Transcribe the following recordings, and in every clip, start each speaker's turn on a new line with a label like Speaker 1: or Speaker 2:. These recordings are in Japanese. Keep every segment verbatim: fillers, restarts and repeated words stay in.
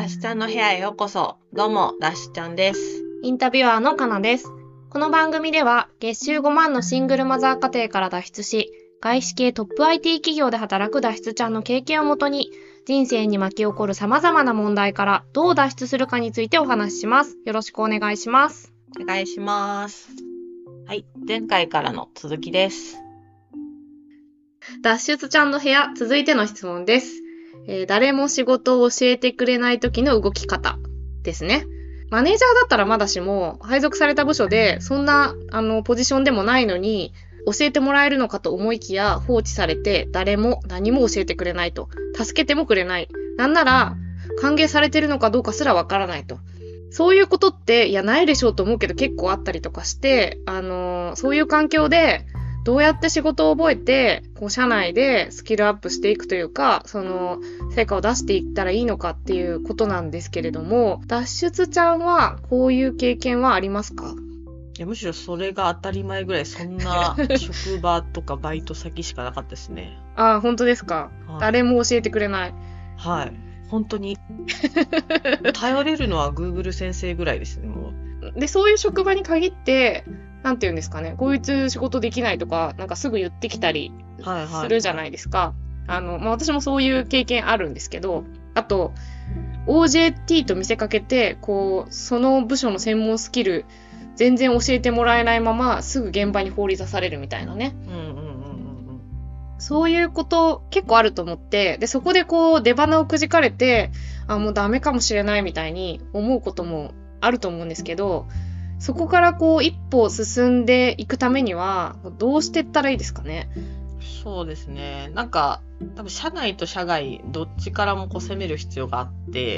Speaker 1: ダッシュちゃんの部屋へようこそ。どうも、ダッシュちゃんです。
Speaker 2: インタビュアーのかなです。この番組では月収ごまんのシングルマザー家庭から脱出し、外資系トップ アイティー 企業で働く脱出ちゃんの経験をもとに、人生に巻き起こる様々な問題からどう脱出するかについてお話しします。よろしくお願いします。
Speaker 1: お願いします。はい、前回からの続きです。
Speaker 2: 脱出ちゃんの部屋、続いての質問です。えー、誰も仕事を教えてくれない時の動き方ですね。マネージャーだったらまだしも、配属された部署でそんなあのポジションでもないのに教えてもらえるのかと思いきや放置されて、誰も何も教えてくれないと、助けてもくれない、なんなら歓迎されてるのかどうかすらわからないと。そういうことっていやないでしょうと思うけど結構あったりとかして、あのー、そういう環境でどうやって仕事を覚えて、こう社内でスキルアップしていくというか、その成果を出していったらいいのかっていうことなんですけれども、脱出ちゃんはこういう経験はありますか？
Speaker 1: いや、むしろそれが当たり前ぐらい、そんな職場とかバイト先しかなかったですね。
Speaker 2: ああ、本当ですか、はい、誰も教えてくれない。
Speaker 1: はい。本当に。頼れるのは Google 先生ぐらいですね、も
Speaker 2: う。で、そういう職場に限って、なんて言うんですかね、こいつ仕事できないとか、なんかすぐ言ってきたりするじゃないですか。はいはい、あの、まあ、私もそういう経験あるんですけど、あと、オージェーティー と見せかけて、こう、その部署の専門スキル、全然教えてもらえないまま、すぐ現場に放り出されるみたいなね。
Speaker 1: うんうんうんうん。
Speaker 2: そういうこと結構あると思って、で、そこでこう、出花をくじかれて、あ、もうダメかもしれないみたいに思うこともあると思うんですけど、そこからこう一歩進んでいくためにはどうしていったらいいですかね？
Speaker 1: そうですね。なんか多分社内と社外どっちからもこう攻める必要があって、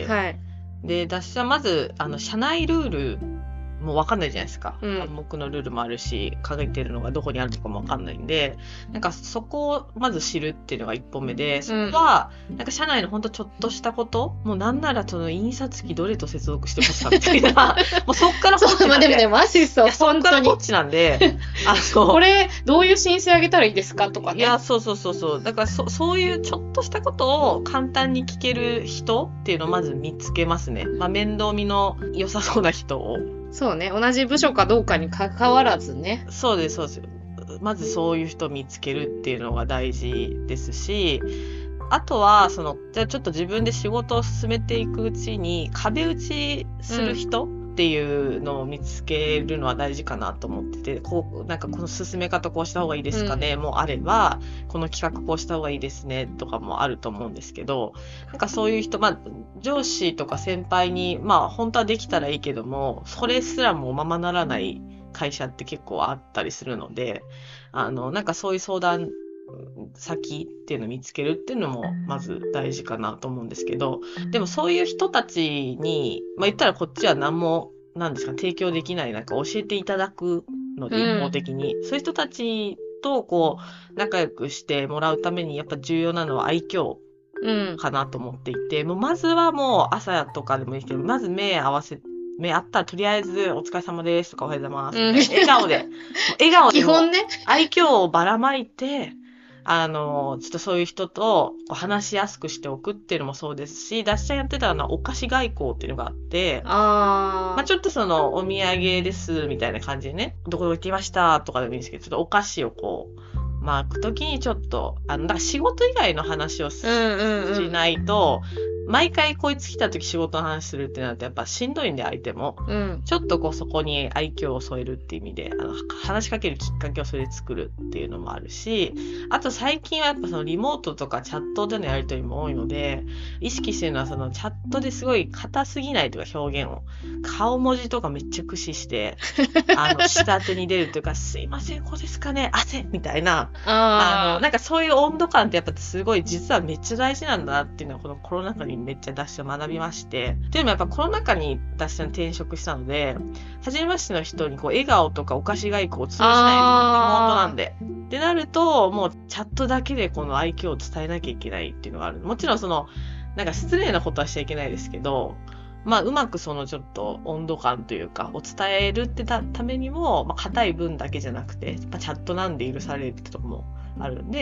Speaker 2: はい、
Speaker 1: で私はまずあの社内ルールもう分かんないじゃないですか。
Speaker 2: うん、
Speaker 1: 暗黙のルールもあるし、書いてるのがどこにあるのかも分かんないんで、なんかそこをまず知るっていうのが一歩目で、そこは、なんか社内のほんとちょっとしたこと、もうなんならその印刷機どれと接続してますかみたいな、もうそっから
Speaker 2: 放置なんで。そう、まあでもね、マジそう、
Speaker 1: 本当に。放置なんで、
Speaker 2: あの、これ、どういう申請あげたらいいですかとかね。
Speaker 1: いや、そうそうそうそう。だからそ、そういうちょっとしたことを簡単に聞ける人っていうのをまず見つけますね。まあ面倒見の良さそうな人を。
Speaker 2: そうね、同じ部署かどうかに関わらずね。
Speaker 1: そうです、そうです。まずそういう人を見つけるっていうのが大事ですし、あとは、その、じゃあちょっと自分で仕事を進めていくうちに、壁打ちする人、うんっていうのを見つけるのは大事かなと思ってて、こう、なんかこの進め方こうした方がいいですかね、うん、もあれば、この企画こうした方がいいですね、とかもあると思うんですけど、なんかそういう人、まあ、上司とか先輩に、まあ、本当はできたらいいけども、それすらもままならない会社って結構あったりするので、あの、なんかそういう相談、先っていうのを見つけるっていうのもまず大事かなと思うんですけど、でもそういう人たちに、まあ言ったらこっちは何も、なんですか、提供できない、なんか教えていただくので、一方的に、うん、そういう人たちとこう仲良くしてもらうためにやっぱ重要なのは愛嬌かなと思っていて、うん、もうまずはもう朝とかでもいいけど、まず目合わせ目あったらとりあえずお疲れ様ですとかおはようございます、うん、笑顔で笑顔でも愛嬌をばらまいて、あの、ちょっとそういう人と話しやすくしておくっていうのもそうですし、ダッシュちゃんやってたのはお菓子外交っていうのがあって、
Speaker 2: あ
Speaker 1: まあちょっとそのお土産ですみたいな感じでね、どこどこ行きましたとかでもいいんですけど、ちょっとお菓子をこう、マークときにちょっと、あの、だから仕事以外の話を し,、うんうんうん、しないと、毎回こいつ来た時仕事の話するってなるとやっぱしんどいんで相手も、うん、ちょっとこうそこに愛嬌を添えるっていう意味であの話しかけるきっかけをそれで作るっていうのもあるし、あと最近はやっぱそのリモートとかチャットでのやり取りも多いので、意識してるのはそのチャットですごい硬すぎないというか表現を顔文字とかめっちゃ駆使してあの下手に出るというかすいませんこうですかね汗みたいなあのなんかそういう温度感ってやっぱすごい実はめっちゃ大事なんだなっていうのはこのコロナ禍にめっちゃダッシュ学びまして。でもやっぱコロナ禍にダッシュに転職したので、初めましての人にこう笑顔とかお菓子外交を通じないリモートなんで。ってなると、もうチャットだけでこの愛嬌を伝えなきゃいけないっていうのがある。もちろんその、なんか失礼なことはしちゃいけないですけど、まあうまくそのちょっと温度感というかを伝えるってためにも、まあ硬い文だけじゃなくて、まあ、チャットなんで許されるってとこもあるんで、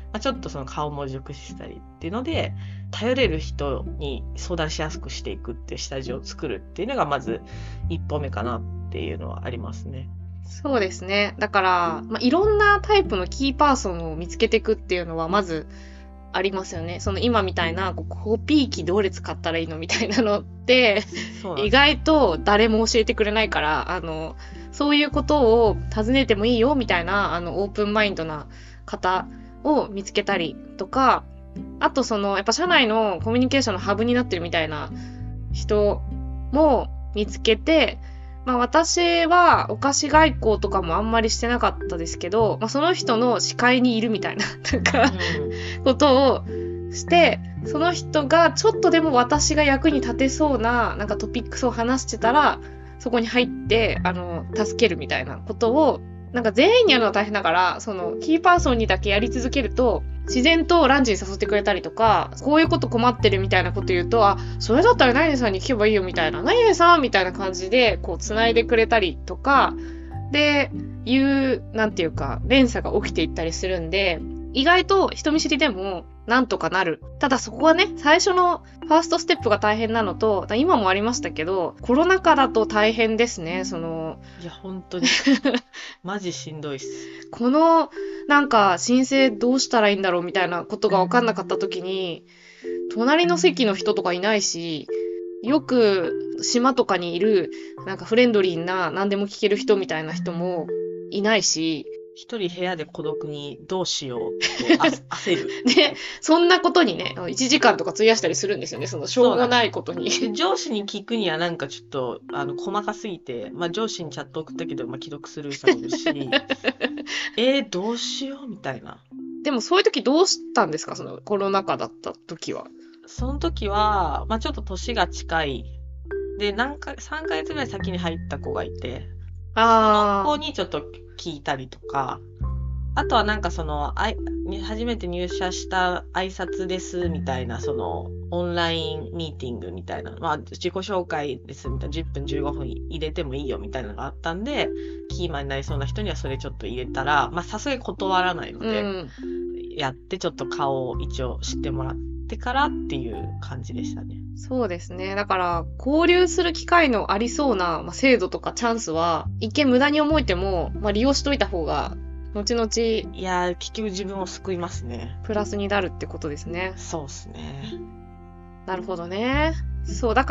Speaker 1: あ、ちょっとその顔も熟知したりっていうので、頼れる人に相談しやすくしていくっていう下地を作るっていうのがまず一歩目かなっていうのはありますね。
Speaker 2: そうですね。だから、まあ、いろんなタイプのキーパーソンを見つけていくっていうのはまずありますよね。その今みたいなこうコピー機どれ使ったらいいのみたいなのって意外と誰も教えてくれないから、あのそういうことを尋ねてもいいよみたいなあのオープンマインドな方を見つけたりとか、あとそのやっぱ社内のコミュニケーションのハブになってるみたいな人も見つけて、まあ私はお菓子外交とかもあんまりしてなかったですけど、まあその人の視界にいるみたいな、なんか、うん、ことをして、その人がちょっとでも私が役に立てそうな、なんかトピックスを話してたら、そこに入って、あの、助けるみたいなことを、なんか全員にやるのは大変だから、そのキーパーソンにだけやり続けると、自然とランチに誘ってくれたりとか、こういうこと困ってるみたいなこと言うと、あ、それだったら何々さんに聞けばいいよみたいな、何々さんみたいな感じで、こう、繋いでくれたりとか、で、いう、なんていうか、連鎖が起きていったりするんで、意外と人見知りでもなんとかなる。ただそこはね、最初のファーストステップが大変なのと、今もありましたけど、コロナ禍だと大変ですね、その。
Speaker 1: いや、本当に。マジしんどいっす。
Speaker 2: この、なんか、申請どうしたらいいんだろうみたいなことが分かんなかった時に、隣の席の人とかいないし、よく島とかにいる、なんかフレンドリーな何でも聞ける人みたいな人もいないし、
Speaker 1: 一人部屋で孤独にどうしようって焦る。
Speaker 2: で、そんなことにね、いちじかんとか費やしたりするんですよね、そのしょうもないことに。
Speaker 1: 上司に聞くにはなんかちょっと、あの、細かすぎて、まあ上司にチャット送ったけど、まあ既読する人もいるし、えー、どうしようみたいな。
Speaker 2: でもそういう時どうしたんですか、そのコロナ禍だった時は。
Speaker 1: その時は、まあちょっと年が近い。で、何か、さんかげつぐらい先に入った子がいて、
Speaker 2: ああ。
Speaker 1: その子にちょっと聞いたりとか、あとはなんかその、あい初めて入社した挨拶ですみたいな、その、オンラインミーティングみたいな、まあ自己紹介ですみたいな、じゅっぷんじゅうごふん入れてもいいよみたいなのがあったんで、キーマンになりそうな人にはそれちょっと入れたら、まあさすがに断らないので、うん、やってちょっと顔を一応知ってもらってからっていう感じでしたね。
Speaker 2: そうですね。だから、交流する機会のありそうな、まあ、制度とかチャンスは、一見無駄に思えても、まあ、利用しといた方が、後々、
Speaker 1: いやー、結局自分を救いますね。
Speaker 2: プラスになるってことですね。
Speaker 1: そうですね。
Speaker 2: なるほどね。そう、だから、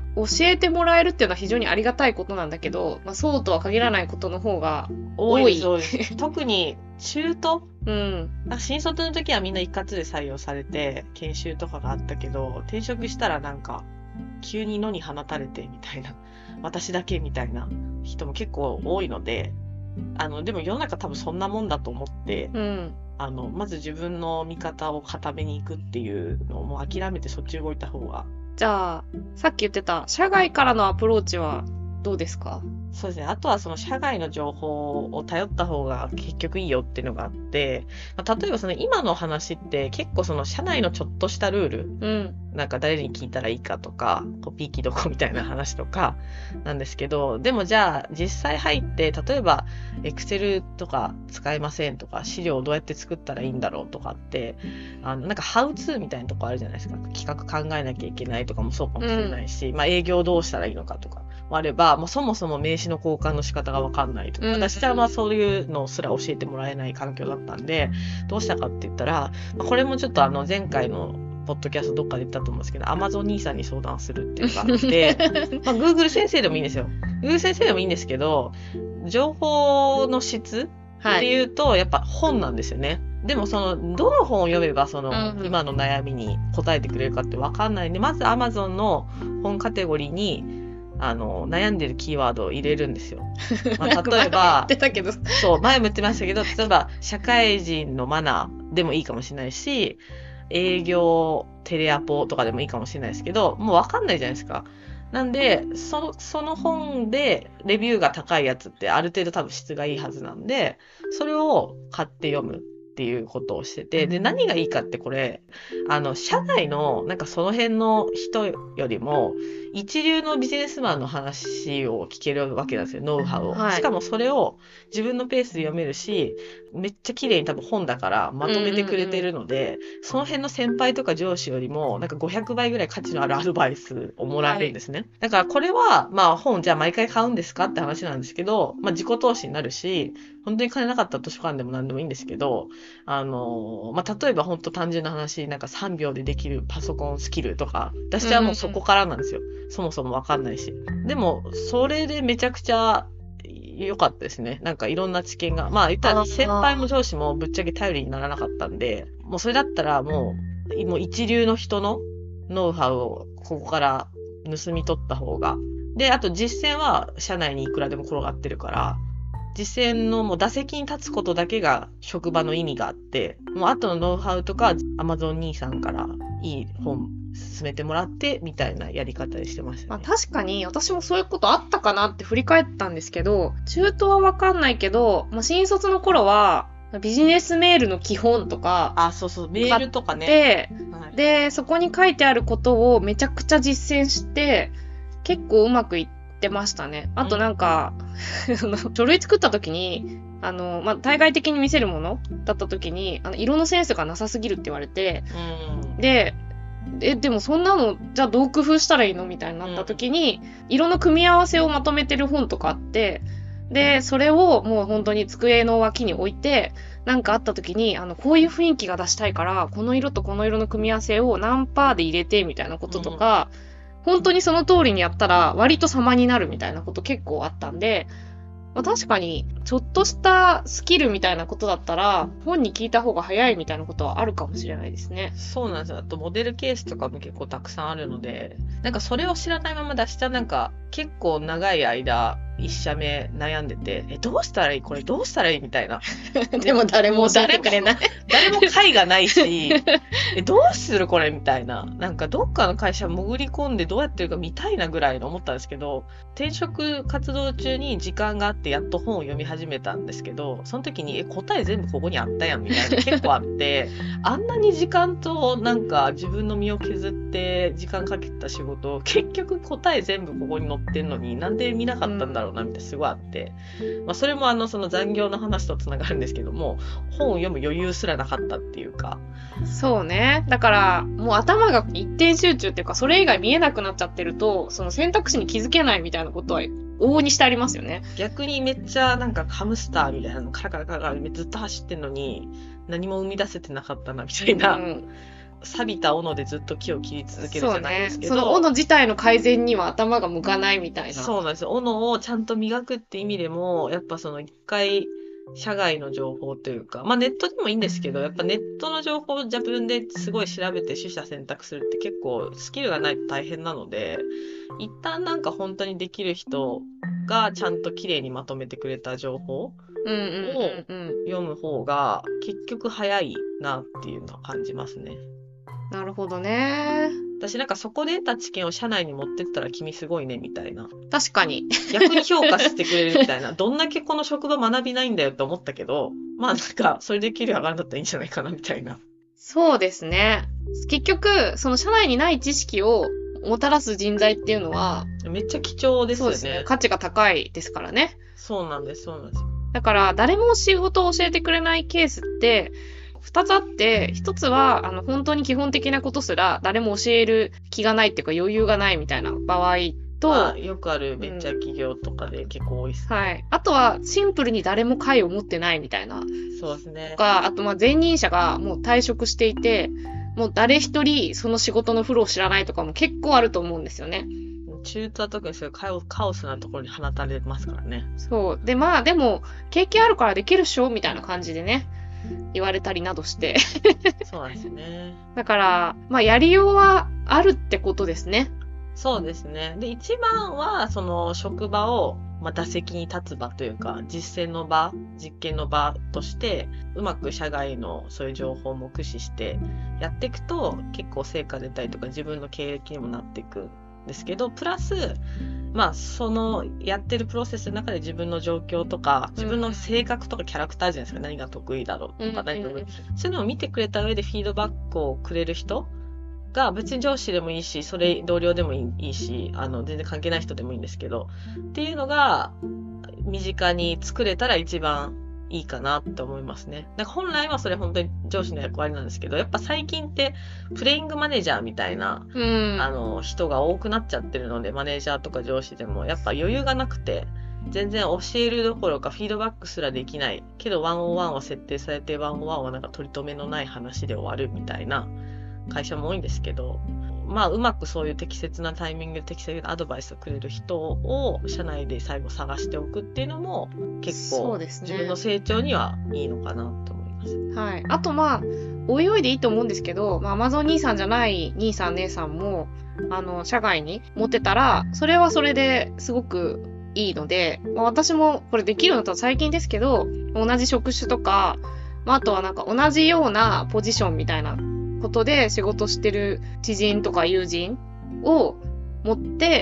Speaker 2: 教えてもらえるっていうのは非常にありがたいことなんだけど、まあ、そうとは限らないことの方が多い。
Speaker 1: 多い。特に、中途
Speaker 2: うん。
Speaker 1: 新卒の時はみんな一括で採用されて、研修とかがあったけど、転職したらなんか、急に野に放たれてみたいな、私だけみたいな人も結構多いので、あの、でも世の中多分そんなもんだと思って、
Speaker 2: うん、
Speaker 1: あの、まず自分の見方を固めに行くっていうのをもう諦めてそっち動いた方が。
Speaker 2: じゃあ、さっき言ってた、社外からのアプローチはどうですか？
Speaker 1: そうですね。あとはその社外の情報を頼った方が結局いいよっていうのがあって、まあ、例えばその今の話って結構その社内のちょっとしたルール、
Speaker 2: うん、
Speaker 1: なんか誰に聞いたらいいかとか、コピー機どこみたいな話とかなんですけど、でもじゃあ実際入って、例えば Excel とか使えませんとか、資料をどうやって作ったらいいんだろうとかって、あのなんかハウツーみたいなとこあるじゃないですか。企画考えなきゃいけないとかもそうかもしれないし、うん、まあ営業どうしたらいいのかとか。あれば、もうそもそも名刺の交換の仕方がわかんないとか、うん、私はまあそういうのすら教えてもらえない環境だったんで、どうしたかって言ったら、まあ、これもちょっとあの前回のポッドキャストどっかで言ったと思うんですけど、Amazon 兄さんに相談するっていうのがあって、まあ Google 先生でもいいんですよ。Google 先生でもいいんですけど、情報の質っていうと、やっぱ本なんですよね。はい、でもその、どの本を読めばその、今の悩みに答えてくれるかってわかんないんで、まず Amazon の本カテゴリーに、あの、悩んでるキーワードを入れるんですよ。まあ、例えば、
Speaker 2: 言ってたけど。
Speaker 1: そう、前も言ってましたけど、例えば、社会人のマナーでもいいかもしれないし、営業、テレアポとかでもいいかもしれないですけど、もうわかんないじゃないですか。なんで、そ、その本でレビューが高いやつってある程度多分質がいいはずなんで、それを買って読むっていうことをしてて、で、何がいいかってこれ、あの、社内のなんかその辺の人よりも、一流のビジネスマンの話を聞けるわけなんですよ、ノウハウを。はい、しかもそれを自分のペースで読めるし、 めっちゃ綺麗に多分本だからまとめてくれてるので、その辺の先輩とか上司よりもなんかごひゃくばいぐらい価値のあるアドバイスをもらえるんですね。だからこれはまあ本じゃあ毎回買うんですかって話なんですけど、まあ自己投資になるし、本当に金なかったら図書館でも何でもいいんですけど、あのまあ例えば本当単純な話、なんかさんびょうでできるパソコンスキルとか、私はもうそこからなんですよ。そもそもわかんないし。でもそれでめちゃくちゃ良かったですね。なんかいろんな知見が。まあ言ったら先輩も上司もぶっちゃけ頼りにならなかったんで、もうそれだったらもう、もう一流の人のノウハウをここから盗み取った方が。で、あと実践は社内にいくらでも転がってるから、実践のもう打席に立つことだけが職場の意味があって、もう後のノウハウとか Amazon 兄さんからいい本進めてもらってみたいなやり方でしてましたね。
Speaker 2: まあ、確かに私もそういうことあったかなって振り返ったんですけど、中途はわかんないけど、まあ、新卒の頃はビジネスメールの基本とか、
Speaker 1: あ、そうそう、メールとかね。
Speaker 2: で、
Speaker 1: はい、
Speaker 2: で、そこに書いてあることをめちゃくちゃ実践して、結構うまくいってましたね。あとなんか、うん、書類作った時に、あの、まあ、対外的に見せるものだった時に、あの、色のセンスがなさすぎるって言われて、
Speaker 1: うん、
Speaker 2: で、え、でもそんなの、じゃあどう工夫したらいいのみたいになった時に、うん、色の組み合わせをまとめてる本とかあって、で、それをもう本当に机の脇に置いて、なんかあった時に、あの、こういう雰囲気が出したいから、この色とこの色の組み合わせを何パーで入れて、みたいなこととか、うん、本当にその通りにやったら割と様になるみたいなこと結構あったんで、まあ、確かに、ちょっとしたスキルみたいなことだったら、本に聞いた方が早いみたいなことはあるかもしれないですね。
Speaker 1: そうなんですよ。あと、モデルケースとかも結構たくさんあるので、なんかそれを知らないまま出した、なんか、結構長い間、一社目悩んでて、え、どうしたらいいこれどうしたらいいみたいな。
Speaker 2: でも誰も教えてくれない。
Speaker 1: 誰も解がないし、え、どうするこれみたいな。なんかどっかの会社潜り込んでどうやってるか見たいなぐらいの思ったんですけど、転職活動中に時間があってやっと本を読み始めたんですけど、その時に、え、答え全部ここにあったやんみたいな結構あって、あんなに時間となんか自分の身を削って時間かけた仕事、結局答え全部ここに載ってんのになんで見なかったんだろうなみたいなすごいあって、まあそれもあのその残業の話とつながるんですけども、本を読む余裕すらなかったっていうか。
Speaker 2: そうね。だからもう頭が一点集中っていうか、それ以外見えなくなっちゃってると、その選択肢に気づけないみたいなことは往々にしてありますよね。
Speaker 1: 逆にめっちゃなんかハムスターみたいなのカラカラカラカラずっと走ってんのに何も生み出せてなかったなみたいな、うん、錆びた斧でずっと木を切り続けるじゃないですけど、
Speaker 2: そうね、その斧自体の改善には頭が向かないみたいな。
Speaker 1: そうなんですよ。斧をちゃんと磨くって意味でもやっぱその一回社外の情報というか、まあネットでもいいんですけど、やっぱネットの情報を自分ですごい調べて取捨選択するって結構スキルがないと大変なので、一旦なんか本当にできる人がちゃんと綺麗にまとめてくれた情報を読む方が結局早いなっていうのは感じますね。
Speaker 2: なるほどね。
Speaker 1: 私なんかそこで得た知見を社内に持ってったら君すごいねみたいな。
Speaker 2: 確かに。
Speaker 1: 逆に評価してくれるみたいな。どんだけこの職場学びないんだよって思ったけど、まあなんかそれで給料上がるんだったらいいんじゃないかなみたいな。
Speaker 2: そうですね。結局、その社内にない知識をもたらす人材っていうのは
Speaker 1: めっちゃ貴重ですよね。
Speaker 2: そうですね。価値が高いですからね。
Speaker 1: そうなんです、そうなんです。
Speaker 2: だから誰も仕事を教えてくれないケースって二つあって、一つはあの本当に基本的なことすら誰も教える気がないっていうか余裕がないみたいな場合と、まあ、
Speaker 1: よくあるベンチャー企業とかで結構多いです、
Speaker 2: ね、うん、はい。あとはシンプルに誰も会を持ってないみたいな。
Speaker 1: そうですね。
Speaker 2: とか、あとまあ前任者がもう退職していて、もう誰一人その仕事のフローを知らないとかも結構あると思うんですよね。
Speaker 1: 中途は特にそういうカオ、カオスなところに放たれますからね。
Speaker 2: そう。で、まあでも経験あるからできるっしょみたいな感じでね、言われたりなどして
Speaker 1: そうなんですね。
Speaker 2: だからまあやりようはあるってことですね。
Speaker 1: そうですね。で一番はその職場を、まあ、打席に立つ場というか実践の場、実験の場としてうまく社外のそういう情報も駆使してやっていくと結構成果出たりとか自分の経歴にもなっていくんですけど、プラスまあそのやってるプロセスの中で自分の状況とか自分の性格とかキャラクターじゃないですか、何が得意だろうとか何が、うんうん、そういうのを見てくれた上でフィードバックをくれる人が別に上司でもいいし、それ同僚でもいいし、あの全然関係ない人でもいいんですけどっていうのが身近に作れたら一番いいかなって思いますね。なんか本来はそれ本当に上司の役割なんですけど、やっぱ最近ってプレイングマネージャーみたいな、
Speaker 2: うん、
Speaker 1: あの人が多くなっちゃってるので、マネージャーとか上司でもやっぱ余裕がなくて、全然教えるどころかフィードバックすらできないけどワンオンワンは設定されてワンオンワンはなんか取り留めのない話で終わるみたいな会社も多いんですけど、まあうまくそういう適切なタイミングで適切なアドバイスをくれる人を社内で最後探しておくっていうのも結構自分の成長にはいいのかなと思います。
Speaker 2: はい。あとまあおいおいでいいと思うんですけど、まあ、アマゾン兄さんじゃない兄さん姉さんもあの社外に持ってたらそれはそれですごくいいので、まあ、私もこれできるのと最近ですけど、同じ職種とか、まあ、あとはなんか同じようなポジションみたいなことで仕事してる知人とか友人を持って、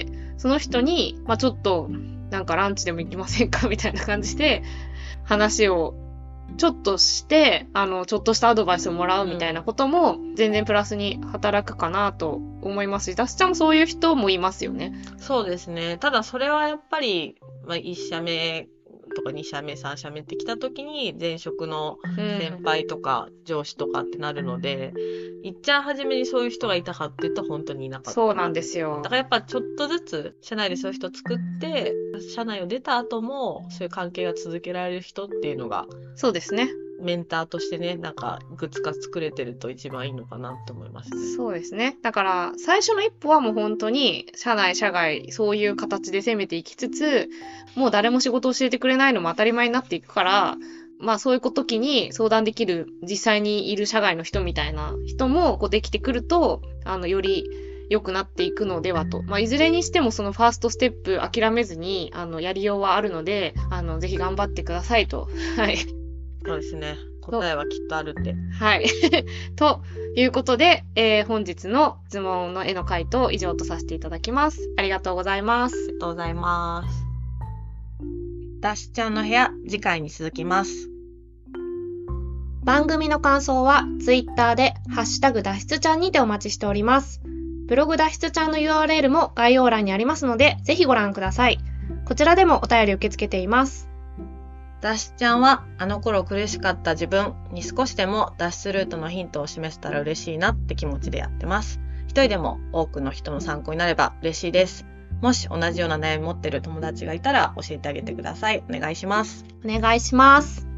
Speaker 2: その人に、まあ、ちょっとなんかランチでも行きませんかみたいな感じで話をちょっとして、あの、ちょっとしたアドバイスをもらうみたいなことも全然プラスに働くかなと思いますし、ダスちゃんもそういう人もいますよね。
Speaker 1: そうですね。ただそれはやっぱり、まあ、いち社目とかに社目、さん社目って来た時に前職の先輩とか上司とかってなるので、うん、いっちゃん初めにそういう人がいたかっていうと本当にいなかった。
Speaker 2: そうなんですよ。
Speaker 1: だからやっぱちょっとずつ社内でそういう人作って、社内を出た後もそういう関係が続けられる人っていうのが、
Speaker 2: そうですね。
Speaker 1: メンターとしてね、なんかいくつか作れてると一番いいのかなと思いますね。
Speaker 2: そうですね。だから最初の一歩はもう本当に社内社外そういう形で攻めていきつつ、もう誰も仕事を教えてくれないのも当たり前になっていくから、まあそういう時に相談できる実際にいる社外の人みたいな人もこうできてくると、あのより良くなっていくのではと。まあいずれにしてもそのファーストステップ諦めずにあのやりようはあるので、あのぜひ頑張ってくださいと。はい。
Speaker 1: そうですね。答えはきっとあるんで。
Speaker 2: はい。ということで、えー、本日の質問の絵の回答以上とさせていただきます。ありがとうございます。
Speaker 1: ありがとうございます。ダシちゃんの部屋、次回に続きます。
Speaker 2: 番組の感想は、ツイッターで、ハッシュタグ脱出ちゃんにてお待ちしております。ブログ脱出ちゃんの ユーアールエル も概要欄にありますので、ぜひご覧ください。こちらでもお便り受け付けています。
Speaker 1: ダシちゃんはあの頃苦しかった自分に少しでも脱出ルートのヒントを示せたら嬉しいなって気持ちでやってます。一人でも多くの人の参考になれば嬉しいです。もし同じような悩み持ってる友達がいたら教えてあげてください。お願いします。
Speaker 2: お願いします。